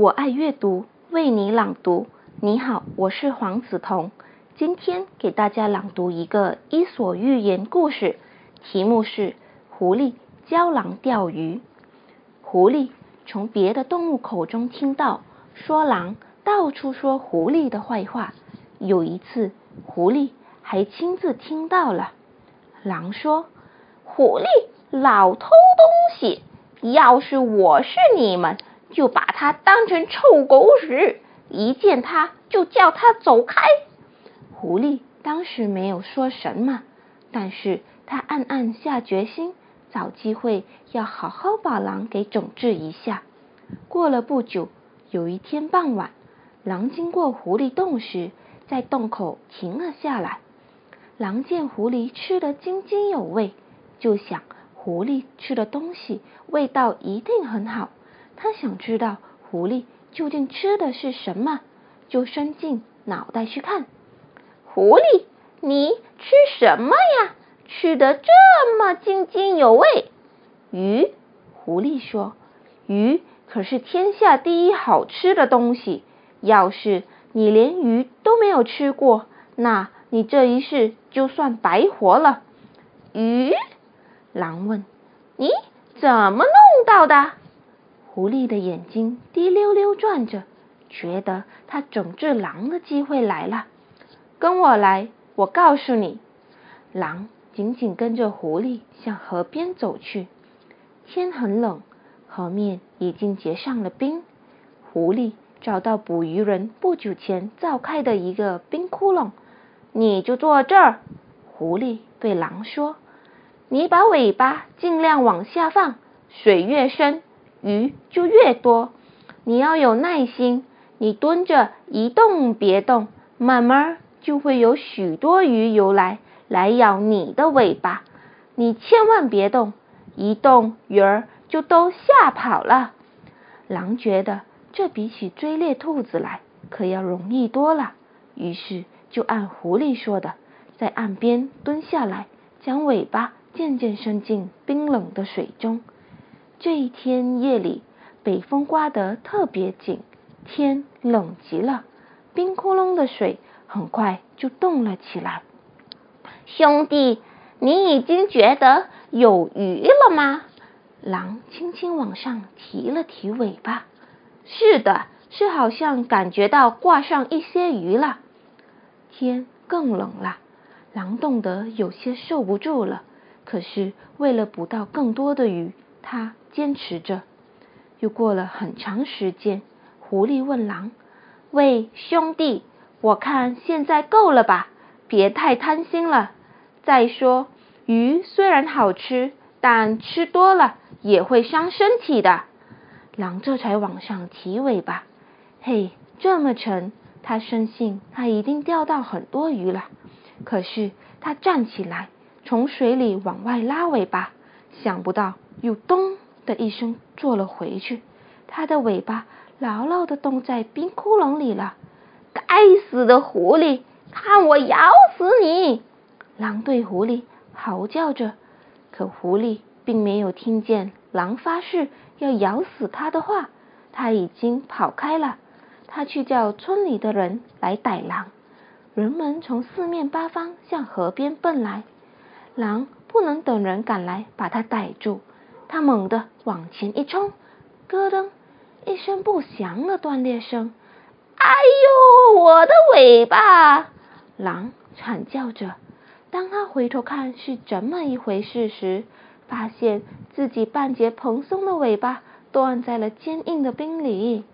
我爱阅读，为你朗读。你好，我是黄梓彤，今天给大家朗读一个伊索寓言故事，题目是狐狸教狼钓鱼。狐狸从别的动物口中听到说狼到处说狐狸的坏话，有一次狐狸还亲自听到了。狼说：狐狸老偷东西，要是我是你们，就把它当成臭狗屎，一见它就叫它走开。狐狸当时没有说什么，但是他暗暗下决心，找机会要好好把狼给整治一下。过了不久，有一天傍晚，狼经过狐狸洞时，在洞口停了下来。狼见狐狸吃得津津有味，就想狐狸吃的东西味道一定很好，他想知道狐狸究竟吃的是什么，就伸进脑袋去看。狐狸，你吃什么呀？吃得这么津津有味。鱼，狐狸说，鱼可是天下第一好吃的东西，要是你连鱼都没有吃过，那你这一世就算白活了。鱼？狼问，你怎么弄到的？狐狸的眼睛滴溜溜转着，觉得他整治狼的机会来了。跟我来，我告诉你。狼紧紧跟着狐狸向河边走去。天很冷，河面已经结上了冰。狐狸找到捕鱼人不久前造开的一个冰窟窿，你就坐这儿。狐狸对狼说，你把尾巴尽量往下放，水越深，鱼就越多。你要有耐心，你蹲着一动别动，慢慢就会有许多鱼游来咬你的尾巴。你千万别动，一动鱼儿就都吓跑了。狼觉得这比起追猎兔子来可要容易多了，于是就按狐狸说的，在岸边蹲下来，将尾巴渐渐伸进冰冷的水中。这一天夜里，北风刮得特别紧，天冷极了，冰窟窿的水很快就冻了起来。兄弟，你已经觉得有鱼了吗？狼轻轻往上提了提尾巴。是的，是好像感觉到挂上一些鱼了。天更冷了，狼冻得有些受不住了，可是为了捕到更多的鱼，他坚持着。又过了很长时间，狐狸问狼，喂，兄弟，我看现在够了吧，别太贪心了。再说，鱼虽然好吃，但吃多了也会伤身体的。狼这才往上提尾巴。嘿，这么沉，他深信他一定钓到很多鱼了。可是他站起来，从水里往外拉尾巴，想不到又咚的一声坐了回去，他的尾巴牢牢地冻在冰窟窿里了。该死的狐狸，看我咬死你！狼对狐狸嚎叫着，可狐狸并没有听见狼发誓要咬死他的话，他已经跑开了。他去叫村里的人来逮狼。人们从四面八方向河边奔来，狼不能等人赶来把他逮住，他猛地往前一冲，咯噔一声不祥的断裂声。哎呦，我的尾巴！狼惨叫着。当他回头看是怎么一回事时，发现自己半截蓬松的尾巴断在了坚硬的冰里。